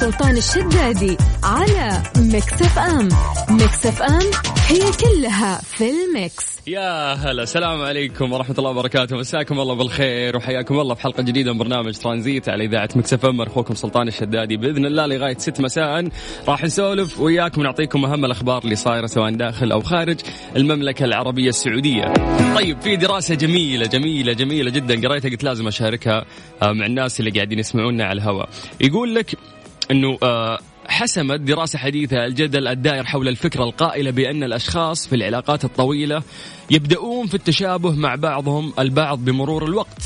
سلطان الشدادي على ميكس اف ام. ميكس اف ام هي كلها في الميكس. يا هلا، السلام عليكم ورحمة الله وبركاته، مساكم الله بالخير وحياكم الله في حلقة جديدة من برنامج ترانزيت على إذاعة ميكس اف ام. أخوكم سلطان الشدادي بإذن الله لغاية 6 مساء راح نسولف وياكم ونعطيكم أهم الأخبار اللي صايرة سواء داخل أو خارج المملكة العربية السعودية. طيب، في دراسة جميلة جميلة جميلة جدا قريتها قلت لازم أشاركها مع الناس اللي قاعدين يسمعونا على الهواء. يقول لك إنه حسمت دراسة حديثة الجدل الدائر حول الفكرة القائلة بأن الأشخاص في العلاقات الطويلة يبدأون في التشابه مع بعضهم البعض بمرور الوقت،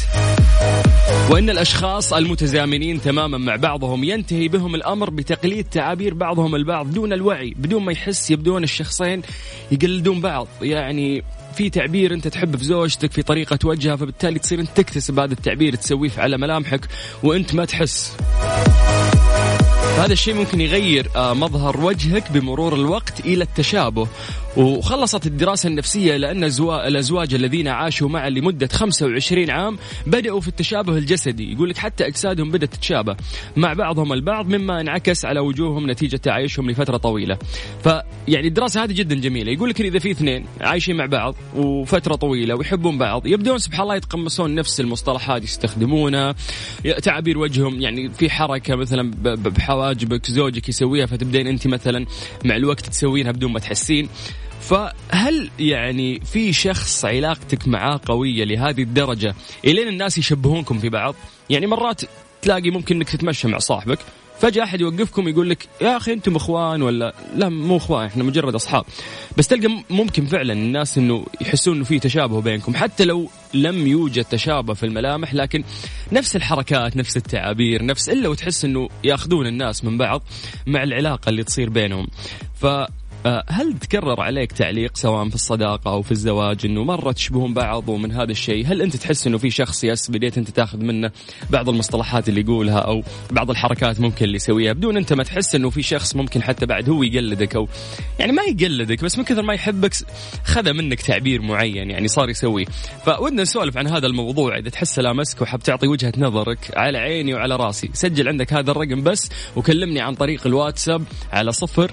وأن الأشخاص المتزامنين تماما مع بعضهم ينتهي بهم الأمر بتقليد تعابير بعضهم البعض دون الوعي، بدون ما يحس يبدون الشخصين يقلدون بعض. يعني في تعبير أنت تحب في زوجتك في طريقة وجهها، فبالتالي تصير أنت تكتسب هذا التعبير تسويه على ملامحك وأنت ما تحس. هذا الشيء ممكن يغير مظهر وجهك بمرور الوقت إلى التشابه. وخلصت الدراسة النفسية لأن الأزواج الذين عاشوا معا لمدة 25 عام بدأوا في التشابه الجسدي. يقول لك حتى أجسادهم بدأت تتشابه مع بعضهم البعض، مما انعكس على وجوههم نتيجة تعايشهم لفترة طويلة. فيعني الدراسة هذه جدا جميلة. يقول لك إذا في اثنين عايشين مع بعض وفترة طويلة ويحبون بعض، يبدون سبحان الله يتقمصون نفس المصطلحات يستخدمونها، تعابير وجههم، يعني في حركة مثلا بحواجبك زوجك يسويها فتبدين أنت مثلا مع الوقت تسوينها بدون ما تحسين. فهل يعني في شخص علاقتك معاه قوية لهذه الدرجة إلين الناس يشبهونكم في بعض؟ يعني مرات تلاقي ممكن أنك تتمشى مع صاحبك فجأة أحد يوقفكم يقول لك يا أخي أنتم إخوان، ولا لا مو إخوان إحنا مجرد أصحاب. بس تلقى ممكن فعلا الناس إنه يحسون إنه في تشابه بينكم حتى لو لم يوجد تشابه في الملامح، لكن نفس الحركات نفس التعابير نفس إلا وتحس إنه يأخذون الناس من بعض مع العلاقة اللي تصير بينهم. هل تكرر عليك تعليق سواء في الصداقة أو في الزواج إنه مرة تشبهون بعض؟ ومن هذا الشيء هل أنت تحس إنه في شخص بديت أنت تاخذ منه بعض المصطلحات اللي يقولها أو بعض الحركات ممكن اللي يسويها بدون أنت ما تحس إنه في شخص ممكن حتى بعد هو يقلدك، أو يعني ما يقلدك بس من كثر ما يحبك خذ منك تعبير معين يعني صار يسويه؟ فودنا نسولف عن هذا الموضوع. إذا تحس لامسك وحب تعطي وجهة نظرك على عيني وعلى راسي، سجل عندك هذا الرقم بس وكلمني عن طريق الواتساب على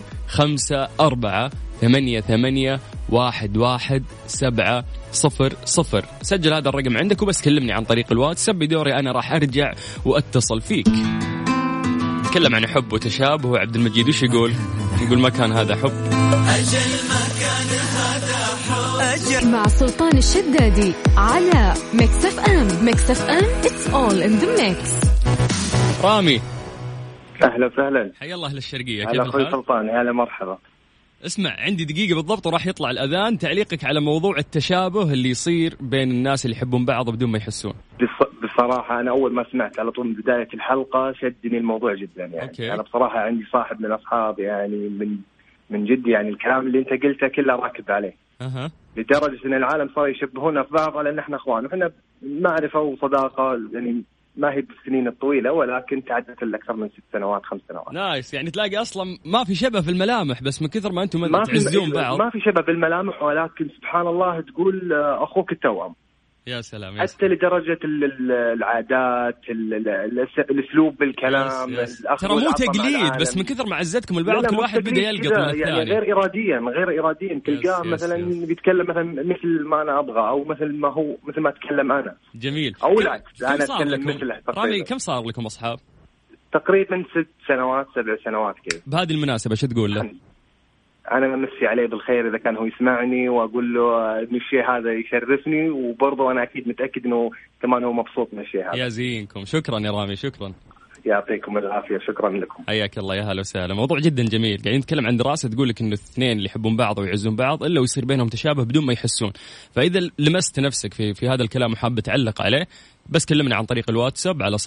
0548811700. سجل هذا الرقم عندك وبس كلمني عن طريق الواتساب، بدوري أنا راح أرجع وأتصل فيك. نتكلم عن حب وتشابه. وعبد المجيد وش يقول ما كان هذا حب، أجل ما كان هذا حب. مع سلطان الشدادي على ميكس اف ام. ميكس اف ام it's all in the mix. رامي أهلا وسهلا. حيا الله أهل الشرقية. كيف الحال؟ سلطان هلا مرحبا. اسمع، عندي دقيقة بالضبط وراح يطلع الأذان. تعليقك على موضوع التشابه اللي يصير بين الناس اللي يحبون بعض بدون ما يحسون. بصراحة أنا أول ما سمعت على طول من بداية الحلقة شدني الموضوع جدا يعني. أوكي. أنا بصراحة عندي صاحب من أصحاب يعني من جد يعني الكلام اللي أنت قلته كله راكب عليه. لدرجة أن العالم صار يشبهونا في بعض لأن إحنا إخوان، وإحنا معرفة وصداقة يعني ما هي بالسنين الطويلة ولكن تعدت الأكثر من 6 سنوات 5 سنوات. نايس. يعني تلاقي أصلا ما في شبه في الملامح بس من كثر ما أنتم تعزون بعض ما في شبه في الملامح، ولكن سبحان الله تقول أخوك التوأم. يا سلام. حتى لدرجة العادات الأسلوب بالكلام. ترى مو تقليد بس من كثر ما عزتكم البعض كل واحد بدأ يلقط من الثاني. يعني غير إراديا تلقاه مثلا بيتكلم مثلا مثل ما أنا أبغى أو مثل ما أتكلم أنا. جميل. أو العكس أنا أتكلم مثله. رامي كم صار لكم أصحاب؟ تقريبا 6 سنوات 7 سنوات كذا. بهذه المناسبة شو تقول له؟ أنا أمسي عليه بالخير إذا كان هو يسمعني وأقول له إن الشيء هذا يشرفني، وبرضه أنا أكيد متأكد إنه كمان هو مبسوط من الشيء هذا. يا زينكم. شكرا يا رامي. شكرا. يعطيكم العافية. شكرا لكم. حياك الله. يا هلا وسهلا. موضوع جدا جميل. قاعدين نتكلم عن دراسة تقول لك إنه الاثنين اللي يحبون بعض ويعزون بعض إلا ويصير بينهم تشابه بدون ما يحسون. فإذا لمست نفسك في هذا الكلام وحاب تعلق عليه بس كلمنا عن طريق الواتساب على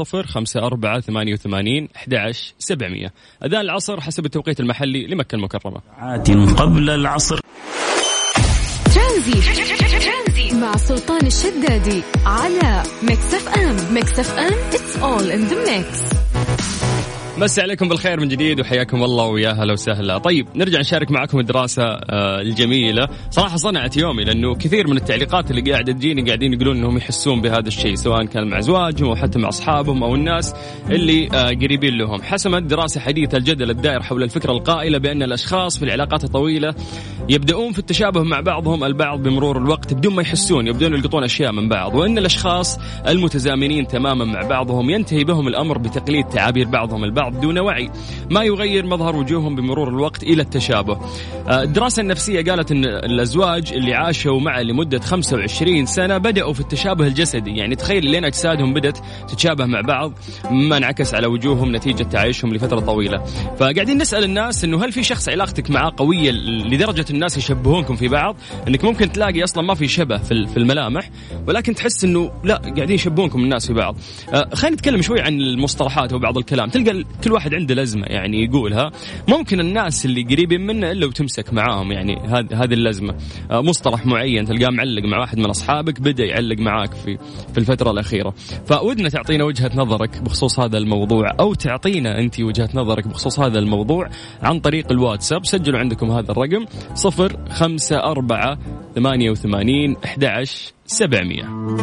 0548811700. أذان العصر حسب التوقيت المحلي لمكة المكرمة. قبل العصر. ترانزيت مع سلطان الشدادي على ميكس اف ام. ميكس اف ام it's all in the mix. مسي عليكم بالخير من جديد وحياكم الله ويا هلا وسهلا. طيب نرجع نشارك معكم الدراسة الجميلة. صراحة صنعت يومي لأنه كثير من التعليقات اللي قاعدة تجيني قاعدين يقولون أنهم يحسون بهذا الشيء سواء كان مع أزواجهم أو حتى مع أصحابهم أو الناس اللي قريبين لهم. حسمت دراسة حديثة الجدل الدائر حول الفكرة القائلة بأن الأشخاص في العلاقات الطويلة يبدأون في التشابه مع بعضهم البعض بمرور الوقت بدون ما يحسون، يبدون يلقطون أشياء من بعض، وأن الأشخاص المتزامنين تماما مع بعضهم ينتهي بهم الأمر بتقليد تعابير بعضهم البعض دون وعي، ما يغير مظهر وجوههم بمرور الوقت إلى التشابه. الدراسة النفسية قالت أن الأزواج اللي عاشوا معه لمدة 25 سنة بدأوا في التشابه الجسدي، يعني تخيل لين أجسادهم بدأت تتشابه مع بعض مما انعكس على وجوههم نتيجة تعايشهم لفترة طويلة. فقاعدين نسأل الناس أنه هل في شخص علاقتك معه قوية لدرجة الناس يشبهونكم في بعض، أنك ممكن تلاقي أصلا ما في شبه في الملامح ولكن تحس أنه لا قاعدين يشبهونكم الناس في بعض. خلينا نتكلم شوي عن المصطلحات وبعض الكلام. تلقى كل واحد عنده لازمة يعني يقولها، ممكن الناس اللي قريبين منه إلا وتمسك معاهم، يعني هذه اللازمة. مصطلح معين تلقاه معلق مع واحد من أصحابك بدأ يعلق معاك في الفترة الأخيرة. فودنا تعطينا وجهة نظرك بخصوص هذا الموضوع أو تعطينا أنت وجهة نظرك بخصوص هذا الموضوع عن طريق الواتساب. سجلوا عندكم هذا الرقم 0548811700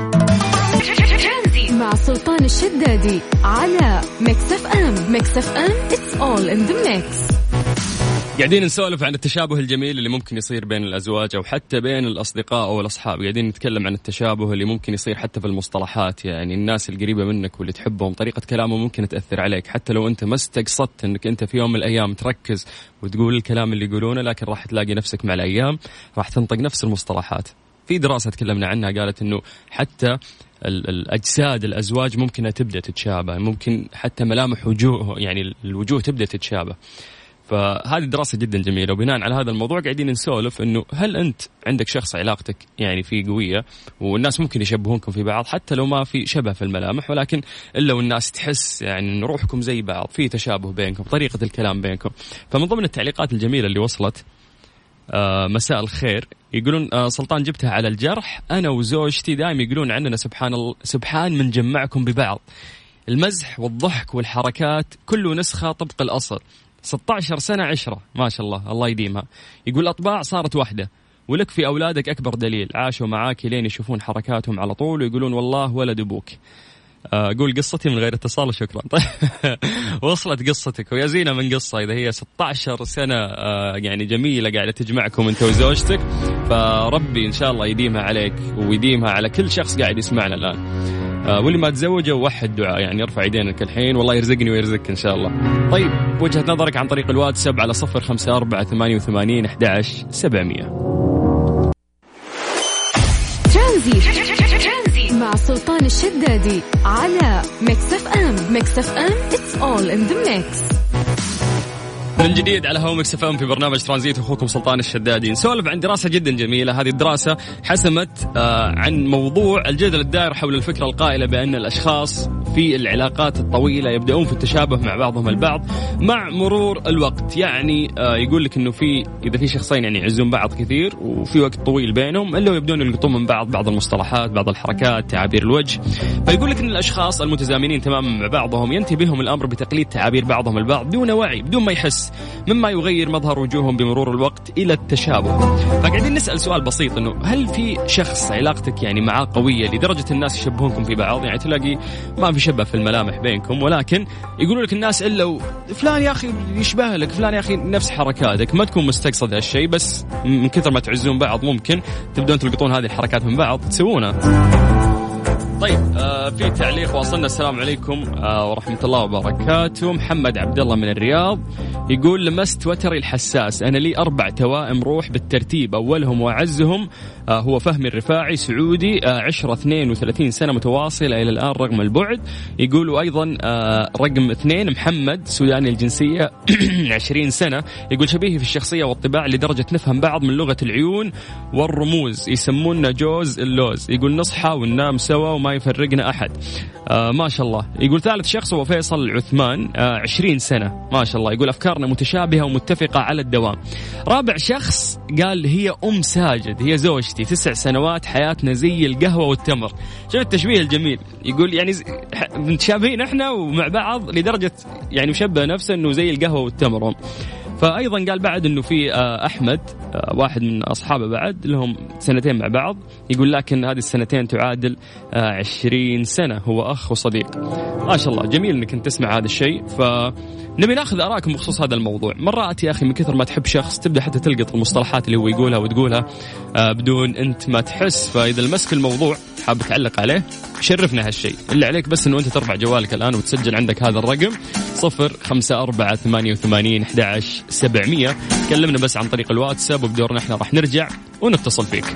مع سلطان الشدادي على ميكس اف ام. ميكس اف ام it's all in the mix. قاعدين نسولف عن التشابه الجميل اللي ممكن يصير بين الأزواج أو حتى بين الأصدقاء أو الأصحاب. قاعدين نتكلم عن التشابه اللي ممكن يصير حتى في المصطلحات، يعني الناس القريبة منك واللي تحبهم طريقة كلامه ممكن تأثر عليك حتى لو أنت ما استقصدت أنك أنت في يوم من الأيام تركز وتقول الكلام اللي يقولونه، لكن راح تلاقي نفسك مع الأيام راح تنطق نفس المصطلحات. في دراسة تكلمنا عنها قالت أنه حتى الأجساد الأزواج ممكن تبدأ تتشابه، ممكن حتى ملامح وجوه، يعني الوجوه تبدأ تتشابه. فهذه دراسة جدا جميلة. وبناء على هذا الموضوع قاعدين نسولف إنه هل أنت عندك شخص علاقتك يعني فيه قوية والناس ممكن يشبهونكم في بعض حتى لو ما في شبه في الملامح، ولكن إلا والناس تحس يعني إن روحكم زي بعض، في تشابه بينكم، طريقة الكلام بينكم. فمن ضمن التعليقات الجميلة اللي وصلت مساء الخير يقولون سلطان جبتها على الجرح، أنا وزوجتي دائما يقولون عننا سبحان من جمعكم ببعض، المزح والضحك والحركات كله نسخة طبق الأصل، 16 سنة عشرة ما شاء الله الله يديمها. يقول أطباع صارت واحدة، ولك في أولادك أكبر دليل، عاشوا معاك لين يشوفون حركاتهم على طول ويقولون والله ولد أبوك. أقول قصتي من غير اتصال شكرا. وصلت قصتك ويا زينة من قصة إذا هي 16 سنة يعني جميلة قاعدة تجمعكم أنت وزوجتك، فربي إن شاء الله يديمها عليك ويديمها على كل شخص قاعد يسمعنا الآن. واللي ما تزوجه وحد دعاء، يعني ارفع يدينك الحين والله يرزقني ويرزقك إن شاء الله. طيب وجهة نظرك عن طريق الواتساب على 0548811700. ترانزي مع سلطان الشدادي على ميكس اف ام. ميكس اف ام it's all in the mix. من جديد على هوا ميكس اف ام في برنامج ترانزيت، اخوكم سلطان الشدادي. نسولف عن دراسة جدا جميلة. هذه الدراسة حسمت عن موضوع الجدل الدائر حول الفكرة القائلة بأن الأشخاص في العلاقات الطويلة يبدأون في التشابه مع بعضهم البعض مع مرور الوقت. يعني يقول لك انه اذا في شخصين يعني يعزون بعض كثير وفي وقت طويل بينهم الا يبدون يلقطون من بعض المصطلحات، بعض الحركات، تعابير الوجه. فيقول لك ان الاشخاص المتزامنين تماما مع بعضهم ينتهي بهم الامر بتقليد تعابير بعضهم البعض دون وعي، بدون ما يحس، مما يغير مظهر وجوههم بمرور الوقت الى التشابه. فقاعدين نسأل سؤال بسيط، انه هل في شخص علاقتك يعني معاه قوية لدرجة الناس يشبهونكم في بعض؟ يعني تلاقي ما في شبه في الملامح بينكم ولكن يقولوا لك الناس إلا فلان يا أخي يشبه لك، فلان يا أخي نفس حركاتك، ما تكون مستقصد هالشيء بس من كثر ما تعزون بعض ممكن تبدون تلقطون هذه الحركات من بعض تسوونها. طيب في تعليق واصلنا. السلام عليكم ورحمة الله وبركاته. محمد عبد الله من الرياض يقول لمست وتري الحساس، أنا لي 4 توائم روح بالترتيب، أولهم وأعزهم هو فهمي الرفاعي، سعودي، عشرة 32 سنة متواصلة إلى الآن رغم البعد. يقول أيضا رقم 2 محمد سوداني الجنسية 20 سنة، يقول شبيهي في الشخصية والطباع لدرجة نفهم بعض من لغة العيون والرموز، يسموننا جوز اللوز. يقول نصحى وننام سوا وما يفرقنا أحد. ما شاء الله. يقول ثالث شخص هو فيصل العثمان، 20 سنة ما شاء الله. يقول أفكارنا متشابهة ومتفقة على الدوام. رابع شخص قال هي أم ساجد، هي زوجتي، 9 سنوات، حياتنا زي القهوة والتمر. شوف التشبيه الجميل. يقول يعني متشابهين احنا ومع بعض لدرجة يعني مشبه نفسه انه زي القهوة والتمر. فأيضا قال بعد أنه في أحمد، واحد من أصحابه بعد لهم 2 مع بعض. يقول لكن هذه 2 تعادل 20 سنة. هو أخ وصديق. ما شاء الله جميل أنك أنت تسمع هذا الشيء. فنبي ناخذ آراءكم بخصوص هذا الموضوع. مرات يا أخي من كثر ما تحب شخص تبدأ حتى تلقط المصطلحات اللي هو يقولها وتقولها بدون أنت ما تحس. فإذا المسك الموضوع حاب تعلق عليه شرفنا هالشيء. اللي عليك بس أنه أنت ترفع جوالك الآن وتسجل عندك هذا الرقم 0548811700. كلمنا بس عن طريق الواتساب وبدورنا احنا راح نرجع ونتصل فيك.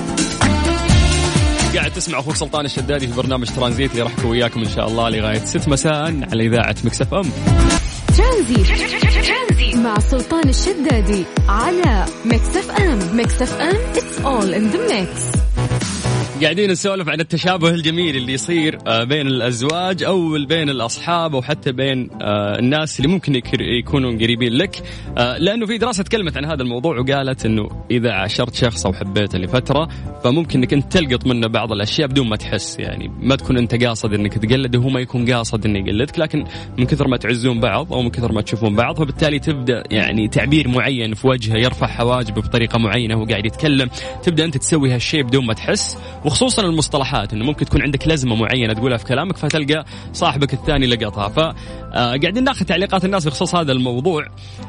قاعد تسمع أخوك سلطان الشدادي في برنامج ترانزيت اللي راح أكون وياكم إن شاء الله لغاية 6 مساء على إذاعة ميكس اف ام. ترانزيت مع سلطان الشدادي على ميكس اف ام. ميكس اف ام it's all in the mix. قاعدين نسولف عن التشابه الجميل اللي يصير بين الأزواج أو بين الأصحاب أو حتى بين الناس اللي ممكن يكونوا قريبين لك. لأنه في دراسة تكلمت عن هذا الموضوع وقالت أنه إذا عاشرت شخص أو حبيته لفترة فممكن أنك أنت تلقط منه بعض الأشياء بدون ما تحس. يعني ما تكون أنت قاصد أنك تقلده وهو ما يكون قاصد أنه يقلدك، لكن من كثر ما تعزون بعض أو من كثر ما تشوفون بعض فبالتالي تبدأ يعني تعبير معين في وجهه، يرفع حواجبه بطريقة معينة وهو قاعد يتكلم، تبدأ أنت تسوي هالشيء بدون ما تحس. وخصوصا المصطلحات انه ممكن تكون عندك لازمه معينه تقولها في كلامك فتلقى صاحبك الثاني لقطها. فقاعدين ناخذ تعليقات الناس بخصوص هذا الموضوع.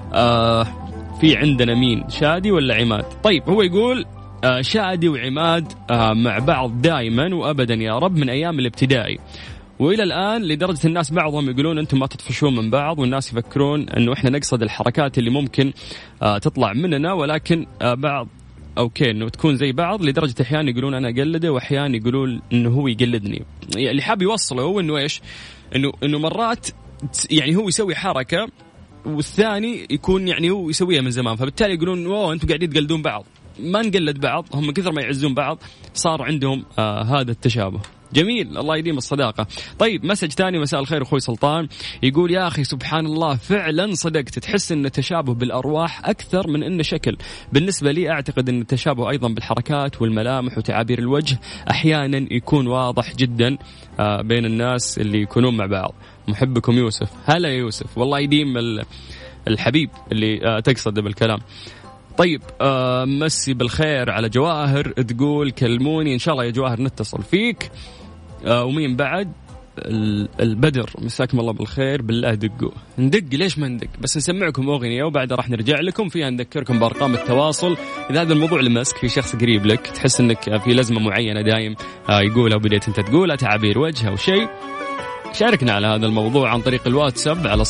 في عندنا مين، شادي ولا عماد؟ طيب هو يقول شادي وعماد مع بعض دائما وابدا يا رب من ايام الابتدائي والى الان، لدرجه الناس بعضهم يقولون انتم ما تطفشون من بعض، والناس يفكرون انه احنا نقصد الحركات اللي ممكن تطلع مننا، ولكن بعض اوكي انه تكون زي بعض، لدرجه احيانا يقولون انا اقلده واحيانا يقولون انه هو يقلدني. اللي حاب يوصله هو انه ايش، انه مرات يعني هو يسوي حركه والثاني يكون يعني هو يسويها من زمان، فبالتالي يقولون واو انتم قاعدين تقلدون بعض. ما نقلد بعض، هم من كثر ما يعزون بعض صار عندهم هذا التشابه. جميل، الله يديم الصداقة. طيب مسج تاني، مساء الخير أخوي سلطان. يقول يا أخي سبحان الله فعلا صدقت، تحس أن التشابه بالأرواح أكثر من أنه شكل. بالنسبة لي أعتقد أن التشابه أيضا بالحركات والملامح وتعابير الوجه أحيانا يكون واضح جدا بين الناس اللي يكونون مع بعض. محبكم يوسف. هلا يا يوسف، والله يديم الحبيب اللي تقصد بالكلام. طيب مسي بالخير على جواهر، تقول كلموني إن شاء الله يا جواهر نتصل فيك. ومين بعد؟ البدر، مساكم الله بالخير، بالله دقوا. ندق ليش ما ندق، بس نسمعكم أغنية وبعد راح نرجع لكم فيها، نذكركم بأرقام التواصل إذا هذا الموضوع لمسك في شخص قريب لك تحس أنك في لازمة معينة دايم يقولها وبديت أنت تقولها، تعابير وجه أو شيء. شاركنا على هذا الموضوع عن طريق الواتساب على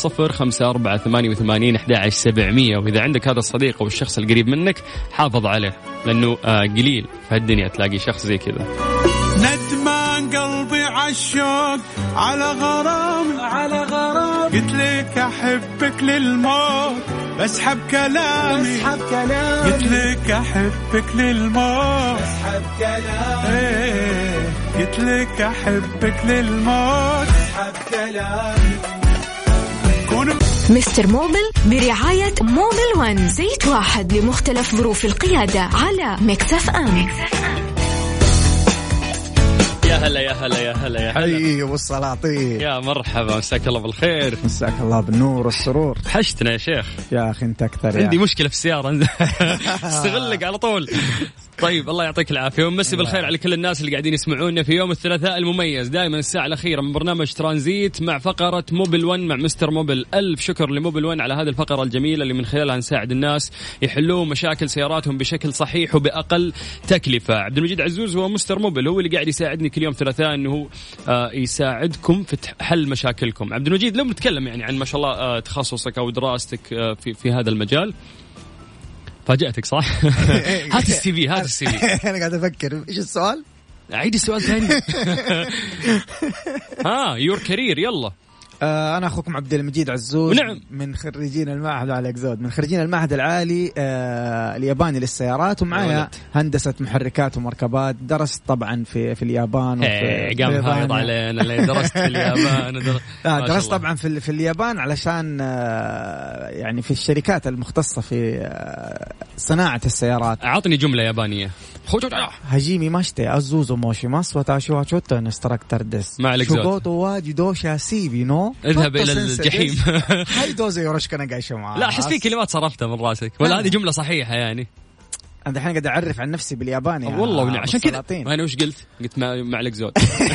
0548811700. وإذا عندك هذا الصديق أو الشخص القريب منك حافظ عليه، لأنه قليل في هالدنيا تلاقي شخص زي كذا. ندمان قلبي عالشوق على غرام قلت لك أحبك للموت بسحب كلامي قلت لك أحبك للموت بسحب كلامي قلت لك أحبك للموت بسحب كلامي. مستر موبل برعاية موبل 1، زيت واحد لمختلف ظروف القيادة على ميكس اف ام. يا هلا يا هلا يا هلا يا هلا، حي والسلاطين، يا مرحبا، مساك الله بالخير. مساك الله بالنور والسرور. حشتنا يا شيخ. يا أخي أنت أكثر. عندي مشكلة في السيارة استغلك على طول. طيب الله يعطيك العافية ومسي بالخير على كل الناس اللي قاعدين يسمعونا في يوم الثلاثاء المميز، دائما الساعة الأخيرة من برنامج ترانزيت مع فقرة موبل 1 مع مستر موبل. ألف شكر لموبل 1 على هذه الفقرة الجميلة اللي من خلالها نساعد الناس يحلون مشاكل سياراتهم بشكل صحيح وبأقل تكلفة. عبد المجيد عزوز هو مستر موبل، هو اللي قاعد يساعدني كل يوم ثلاثاء أنه يساعدكم في حل مشاكلكم. عبد المجيد لو نتكلم يعني عن ما شاء الله تخصصك أو دراستك في هذا المجال. فاجأتك صح؟ هات السي في أنا قاعد أفكر إيش السؤال؟ عيد السؤال ثاني. يور كارير يلا. أنا أخوكم عبد المجيد عزوز. نعم. من خريجين المعهد على إكزود، من خريجين المعهد العالي الياباني للسيارات، ومعايا هندسة محركات ومركبات. درست طبعا في اليابان وفي قام هايض علينا اللي درست في اليابان. درست طبعا في اليابان علشان يعني في الشركات المختصة في صناعة السيارات. أعطني جملة يابانية. هجيمي ماشتي أزوزو موشي ماس وتاشوا شوتو انستراكتر ديس شوكوتو واجدو شاسيبي نو اذهب إلى الجحيم. هاي دوزي يورشكنا قايشة معاه. لا أحس في كلمات صرفتها من راسك، ولا هذه جملة صحيحة يعني؟ أنا الحين قاعد أعرف عن نفسي بالياباني والله عشان كذا أنا وش قلت مع الإكزود.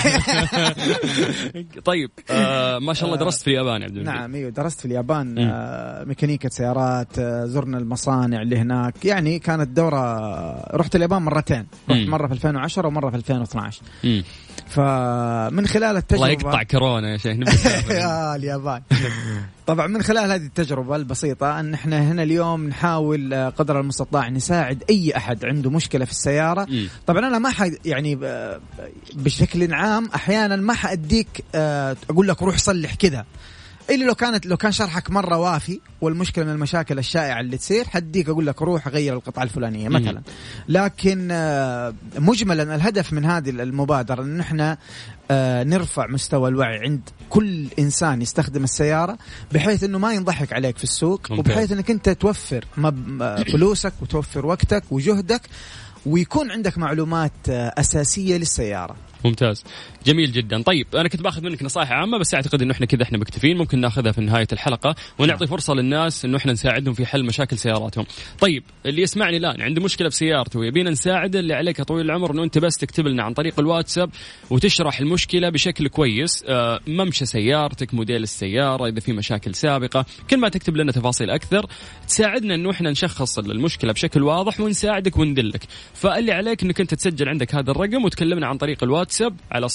طيب ما شاء الله درست في اليابان عبد المجيد. نعم أيوة درست في اليابان ميكانيكا سيارات. زرنا المصانع اللي هناك، يعني كانت دورة. رحت اليابان مرتين، رحت مرة في 2010 ومرة في 2012. فمن خلال التجربة الله يقطع كورونا يا شيخ. اليابان. طبعا من خلال هذه التجربة البسيطة أن احنا هنا اليوم نحاول قدر المستطاع نساعد أي أحد عنده مشكلة في السيارة. طبعا أنا ما يعني بشكل عام أحيانا ما حأديك أقول لك روح صلح كذا، إلا لو كان شرحك مرة وافي والمشكلة من المشاكل الشائعة اللي تصير حديك أقول لك روح غير القطعة الفلانية مثلا. لكن مجملا الهدف من هذه المبادرة أن احنا نرفع مستوى الوعي عند كل إنسان يستخدم السيارة، بحيث أنه ما ينضحك عليك في السوق، وبحيث أنك أنت توفر فلوسك وتوفر وقتك وجهدك، ويكون عندك معلومات أساسية للسيارة. ممتاز، جميل جدا. طيب أنا كنت باخذ منك نصائح عامة، بس أعتقد إنه إحنا كذا إحنا مكتفين، ممكن ناخذها في نهاية الحلقة ونعطي فرصة للناس إنه إحنا نساعدهم في حل مشاكل سياراتهم. طيب اللي يسمعني الآن عنده مشكلة في سيارته ويبينا نساعده، اللي عليك طويل العمر إنه أنت بس تكتب لنا عن طريق الواتساب وتشرح المشكلة بشكل كويس، ممشى سيارتك، موديل السيارة، إذا في مشاكل سابقة، كل ما تكتب لنا تفاصيل أكثر تساعدنا إنه إحنا نشخص المشكلة بشكل واضح ونساعدك وندلك. فاللي عليك إنك أنت تسجل عندك هذا الرقم وتكلمنا عن طريق الواتساب على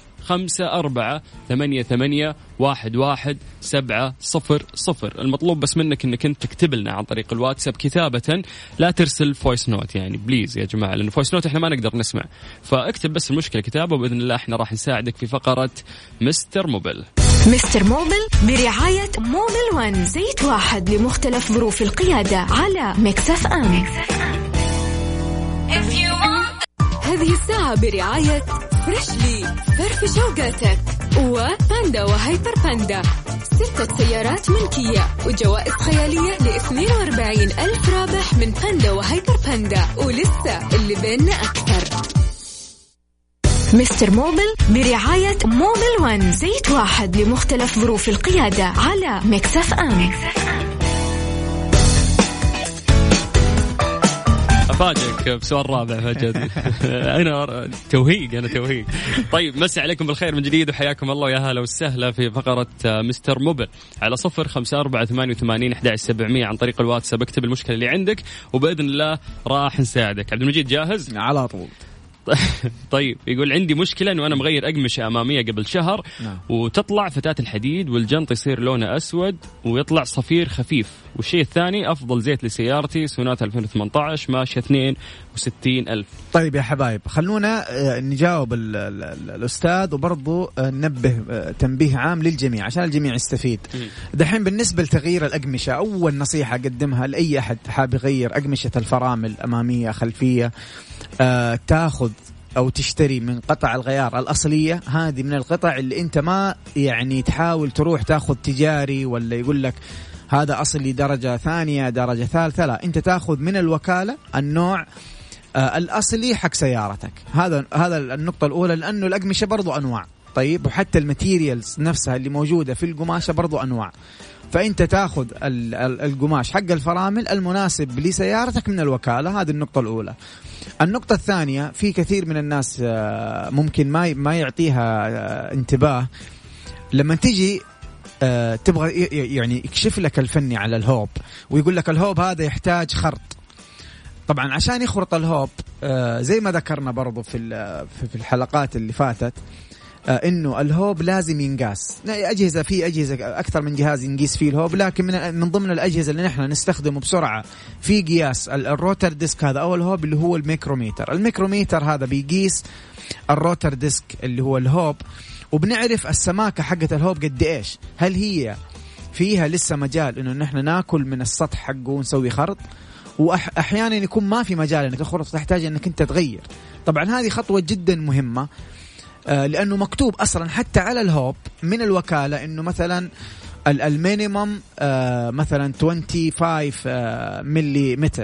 0548811700. المطلوب بس منك انك انت تكتب لنا عن طريق الواتساب كتابة، لا ترسل فويس نوت يعني بليز يا جماعة، لأن فويس نوت احنا ما نقدر نسمع. فاكتب بس المشكلة كتابة، وبإذن الله احنا راح نساعدك في فقرة مستر موبل. مستر موبل برعاية موبل ون، زيت واحد لمختلف ظروف القيادة على ميكس اف ام. هذه الساعة برعاية فريشلي، فرف شوقاتك، وباندا وهايبر باندا، 6 سيارات ملكية وجوائز خيالية ل42 ألف رابح من باندا وهايبر باندا، ولسه اللي بيننا أكثر. مستر موبل برعاية موبل ون، زيت واحد لمختلف ظروف القيادة على ميكس اف ام. أفاجئك بسؤال رابع فجأة. أنا توهيق. طيب مسي عليكم بالخير من جديد وحياكم الله، يا هلا وسهلا في فقرة مستر موبل على 0548811700 عن طريق الواتساب. اكتب المشكلة اللي عندك وبإذن الله راح نساعدك. عبد المجيد جاهز؟ على طول. طيب يقول عندي مشكلة أنه أنا مغير أقمشة أمامية قبل شهر وتطلع فتاة الحديد والجنط يصير لونه أسود ويطلع صفير خفيف، والشيء الثاني أفضل زيت لسيارتي سوناتا 2018 ماشية 62,000. طيب يا حبايب خلونا نجاوب الأستاذ وبرضو ننبه تنبيه عام للجميع عشان الجميع يستفيد. دحين بالنسبة لتغيير الأقمشة، أول نصيحة أقدمها لأي أحد حاب يغير أقمشة الفرامل أمامية خلفية، تاخذ أو تشتري من قطع الغيار الأصلية. هذه من القطع اللي أنت ما يعني تحاول تروح تاخذ تجاري ولا يقول لك هذا أصلي درجة ثانية درجة ثالثة، لا، أنت تاخذ من الوكالة النوع الأصلي حق سيارتك. هذا النقطة الأولى، لأنه الأقمشة برضو أنواع. طيب وحتى الماتيريالز نفسها اللي موجودة في القماشة برضو أنواع، فأنت تاخذ القماش حق الفرامل المناسب لسيارتك من الوكالة. هذه النقطة الأولى. النقطة الثانية، في كثير من الناس ممكن ما يعطيها انتباه لما تيجي تبغى يعني يكشف لك الفني على الهوب ويقول لك الهوب هذا يحتاج خرط. طبعا عشان يخرط الهوب زي ما ذكرنا برضو في الحلقات اللي فاتت، انه الهوب لازم ينقاس. في اجهزه اكثر من جهاز ينقيس فيه الهوب، لكن من ضمن الاجهزه اللي نحن نستخدمه بسرعه في قياس الروتر ديسك هذا او الهوب اللي هو الميكروميتر. الميكروميتر هذا بيقيس الروتر ديسك اللي هو الهوب، وبنعرف السماكة حقة الهوب قد إيش، هل هي فيها لسه مجال إنه نحن ناكل من السطح حقه ونسوي خرط، وأحيانا يكون ما في مجال إنك تخرط، تحتاج إنك أنت تغير. طبعا هذه خطوة جدا مهمة، لأنه مكتوب أصلا حتى على الهوب من الوكالة إنه مثلا المينيمم مثلا 25 مليمتر.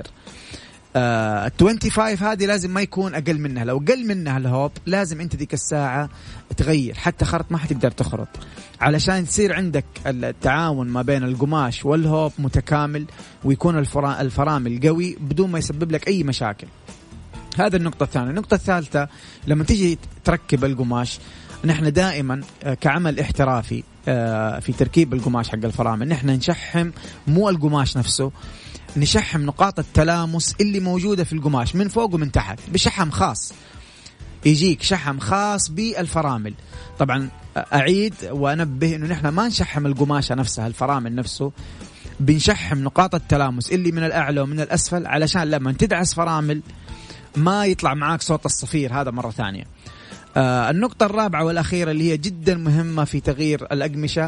25 هذه لازم ما يكون أقل منها، لو قل منها الهوب لازم أنت ديك الساعة تغير، حتى خرط ما حتقدر تخرط، علشان تصير عندك التعاون ما بين القماش والهوب متكامل، ويكون الفرامل قوي بدون ما يسبب لك أي مشاكل. هذا النقطة الثانية. النقطة الثالثة، لما تيجي تركب القماش، نحن دائما كعمل احترافي في تركيب القماش حق الفرامل، نحن نشحم مو القماش نفسه، نشحم نقاط التلامس اللي موجودة في القماش من فوق ومن تحت بشحم خاص، يجيك شحم خاص بالفرامل. طبعا أعيد وأنبه إنه نحن ما نشحم القماشة نفسها، الفرامل نفسه بنشحم نقاط التلامس اللي من الأعلى ومن الأسفل، علشان لما تدعس فرامل ما يطلع معاك صوت الصفير. هذا مرة ثانية. النقطة الرابعة والأخيرة اللي هي جدا مهمة في تغيير الأقمشة،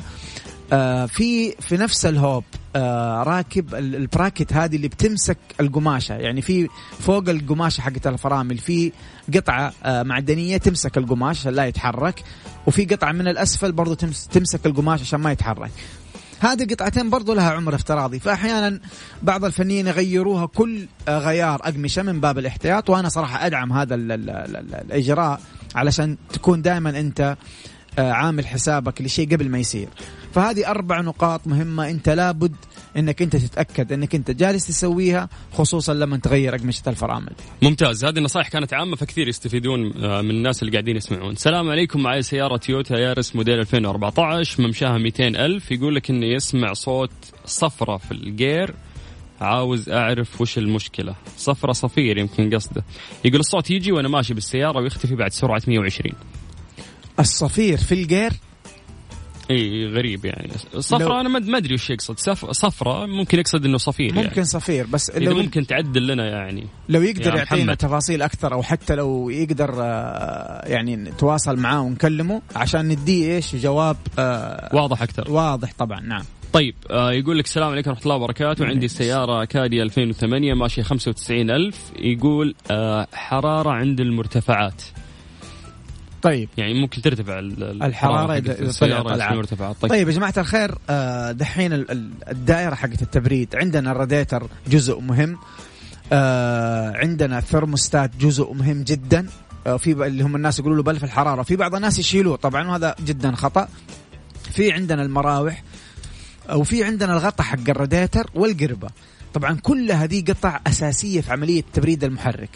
في نفس الهوب راكب البراكت هذه اللي بتمسك القماشة، يعني في فوق القماشة حقت الفرامل في قطعة معدنية تمسك القماش عشان لا يتحرك، وفي قطعة من الأسفل برضو تمسك القماش عشان ما يتحرك. هذه قطعتين برضو لها عمر افتراضي، فأحيانا بعض الفنيين يغيروها كل غيار أقمشة من باب الاحتياط، وأنا صراحة أدعم هذا الإجراء علشان تكون دائما أنت عامل حسابك لشيء قبل ما يصير. فهذه 4 نقاط مهمة أنت لابد أنك أنت تتأكد أنك أنت جالس تسويها، خصوصا لما تغير أقمشة الفرامل. ممتاز، هذه النصائح كانت عامة فكثير يستفيدون من الناس اللي قاعدين يسمعون. السلام عليكم، معي سيارة تويوتا يارس موديل 2014 ممشاها 200,000. يقول لك إنه يسمع صوت صفرة في الجير، عاوز أعرف وش المشكلة. صفرة صفير يمكن قصده. يقول الصوت يجي وأنا ماشي بالسيارة ويختفي بعد سرعة 120. الصفير في الجير اي غريب يعني. صفرة انا ما ادري وش يقصد. صفرة ممكن يقصد انه صفير، ممكن يعني صفير، بس لو ممكن تعدل لنا يعني، لو يقدر يعطينا تفاصيل اكثر، او حتى لو يقدر يعني نتواصل معاه ونكلمه عشان نديه ايش جواب واضح اكثر. واضح طبعا، نعم. طيب يقول لك السلام عليكم ورحمة الله وبركاته، عندي سيارة كاديا 2008 ماشية 95,000. يقول حرارة عند المرتفعات. طيب يعني ممكن ترتفع الحرارة إذا طلعت المرتفعات. طيب يا جماعة الخير، دحين الدائرة حقت التبريد، عندنا الراديتر جزء مهم، عندنا الثرموستات جزء مهم جدا، في اللي هم الناس يقولوا له بلف الحرارة، في بعض الناس يشيلوه طبعا وهذا جدا خطأ. في عندنا المراوح، وفي عندنا الغطاء حق الراديتر والقربة. طبعا كل هذه قطع أساسية في عملية تبريد المحرك.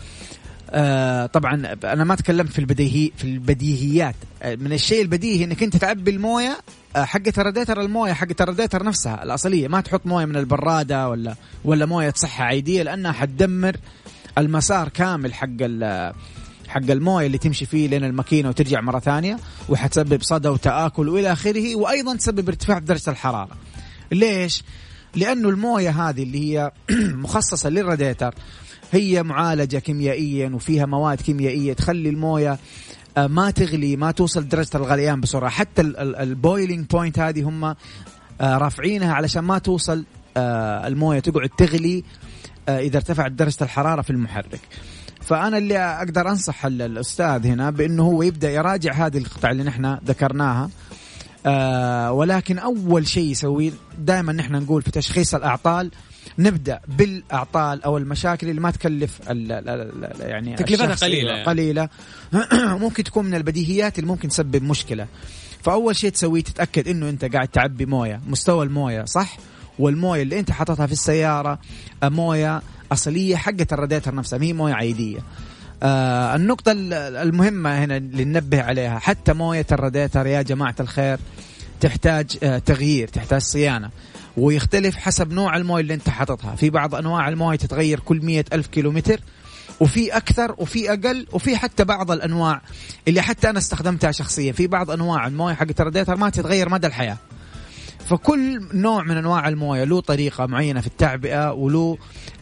طبعا أنا ما تكلمت في البديهيات. من الشيء البديهي إنك أنت تعبي الموية حقة الراديتر، الموية حقة الراديتر نفسها الأصلية، ما تحط موية من البرادة ولا موية صحة عادية، لأنها حتدمر المسار كامل حق الموية اللي تمشي فيه لين الماكينة وترجع مرة ثانية، وحتسبب صدى وتآكل وإلى آخره، وأيضا تسبب ارتفاع درجة الحرارة. ليش؟ لأنه الموية هذه اللي هي مخصصة للراديتر هي معالجة كيميائيا وفيها مواد كيميائية تخلي الموية ما تغلي، ما توصل درجة الغليان بسرعة. حتى البويلينج بوينت هذه هم رافعينها علشان ما توصل الموية تقعد تغلي إذا ارتفعت درجة الحرارة في المحرك. فأنا اللي أقدر أنصح الأستاذ هنا بأنه هو يبدأ يراجع هذه القطع اللي نحن ذكرناها. ولكن أول شيء يسويه دائما نحن نقول في تشخيص الأعطال نبدأ بالأعطال أو المشاكل اللي ما تكلف يعني تكلفتها قليلة ممكن تكون من البديهيات اللي ممكن تسبب مشكلة. فأول شيء تسويه تتأكد إنه أنت قاعد تعبي موية، مستوى الموية صح، والموية اللي أنت حطتها في السيارة موية أصلية حقة الراديتر نفسها، هي موية عادية. النقطة المهمة هنا اللي ننبه عليها، حتى موية الراديتر يا جماعة الخير تحتاج تغيير، تحتاج صيانة، ويختلف حسب نوع المويه اللي انت حاططها. في بعض انواع المويه تتغير كل 100,000 كيلومتر، وفي اكثر وفي اقل، وفي حتى بعض الانواع اللي حتى انا استخدمتها شخصيا، في بعض انواع المويه حق الراديتر ما تتغير مدى الحياه. فكل نوع من انواع المويه له طريقه معينه في التعبئه وله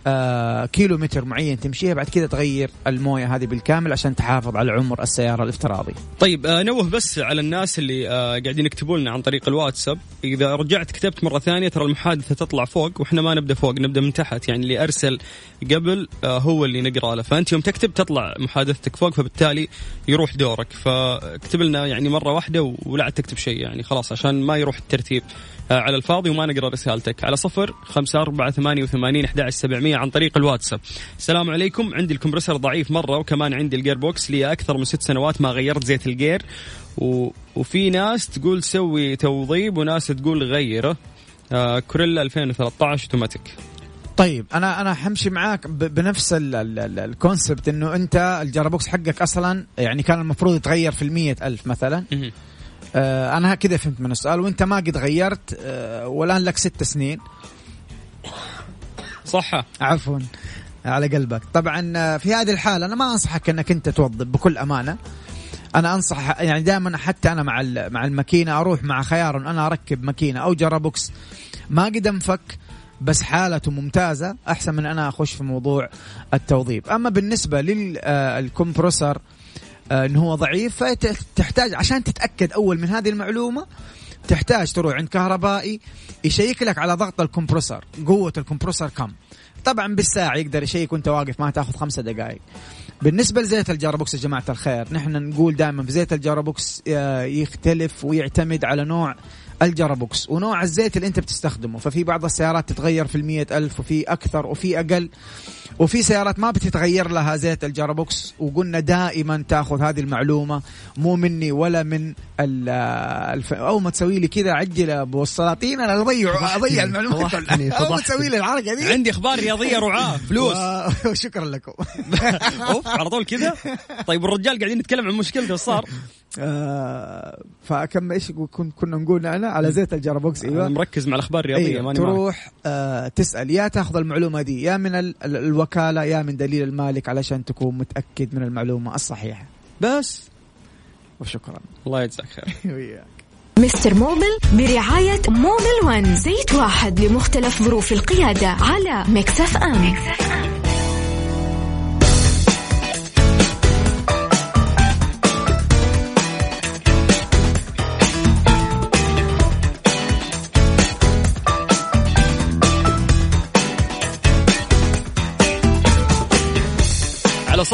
كيلومتر معين تمشيها، بعد كده تغير المويه هذه بالكامل عشان تحافظ على عمر السيارة الافتراضي. طيب نوه بس على الناس اللي قاعدين يكتبوا لنا عن طريق الواتساب، إذا رجعت كتبت مرة ثانية ترى المحادثة تطلع فوق وإحنا ما نبدأ فوق، نبدأ من تحت، يعني اللي أرسل قبل هو اللي نقرأ له، فأنت يوم تكتب تطلع محادثتك فوق، فبالتالي يروح دورك. فاكتب لنا يعني مرة واحدة ولا تكتب شيء يعني خلاص عشان ما يروح الترتيب على الفاضي وما نقرأ رسالتك. على 0548811700 عن طريق الواتساب. السلام عليكم، عندي الكمبرسر ضعيف مرة وكمان عندي الجير بوكس لي أكثر من 6 سنوات ما غيرت زيت الجير، وفي ناس تقول سوي توظيب وناس تقول غيره. كوريلا 2013 اوتوماتيك. طيب انا حمشي معاك بنفس الكونسبت، انه انت الجرابوكس حقك اصلا يعني كان المفروض يتغير في 100,000 مثلا. انا كده فهمت من السؤال، وانت ما قد غيرت والان لك 6 سنين. صح، عفوا على قلبك. طبعا في هذه الحالة أنا ما أنصحك أنك أنت توظف بكل أمانة. أنا أنصح يعني دائما، حتى أنا مع الماكينة أروح مع خيار أن أنا أركب ماكينة أو جرابوكس ما قد انفك بس حالته ممتازة، أحسن من أنا أخش في موضوع التوظيف. أما بالنسبة للكمبروسر إنه هو ضعيف، فتحتاج عشان تتأكد أول من هذه المعلومة تحتاج تروح عند كهربائي يشيك لك على ضغط الكمبروسر، قوة الكمبروسر كم. طبعا بالساعة يقدر يشيك وانت واقف، ما تاخذ 5 دقائق. بالنسبة لزيت الجرابوكس يا جماعة الخير، نحن نقول دائما في زيت الجرابوكس يختلف ويعتمد على نوع الجرابوكس ونوع الزيت اللي انت بتستخدمه. ففي بعض السيارات تتغير في 100,000 وفي أكثر وفي أقل، وفي سيارات ما بتتغير لها زيت الجرابوكس. وقلنا دائما تاخذ هذه المعلومة مو مني ولا من أو ما تسوي لي كذا عجل أبو السلاطين، أنا أضيع المعلومات. أو ما تسوي لي الحركة دي، عندي أخبار رياضية رعاة فلوس. شكرا لكم. على طول كذا. طيب الرجال قاعدين نتكلم عن مشكلته صار. فكم إيش كنا نقول أنا على زيت الجرابوكس. أيوة مركز مع الأخبار الرياضية. أيوة. تروح تسأل، يا تأخذ المعلومة دي يا من الوكالة يا من دليل المالك علشان تكون متأكد من المعلومة الصحيحة بس. وشكرا، الله يجزاك خير. مستر موبل برعاية موبل 1، زيت واحد لمختلف ظروف القيادة على ميكس اف ام. على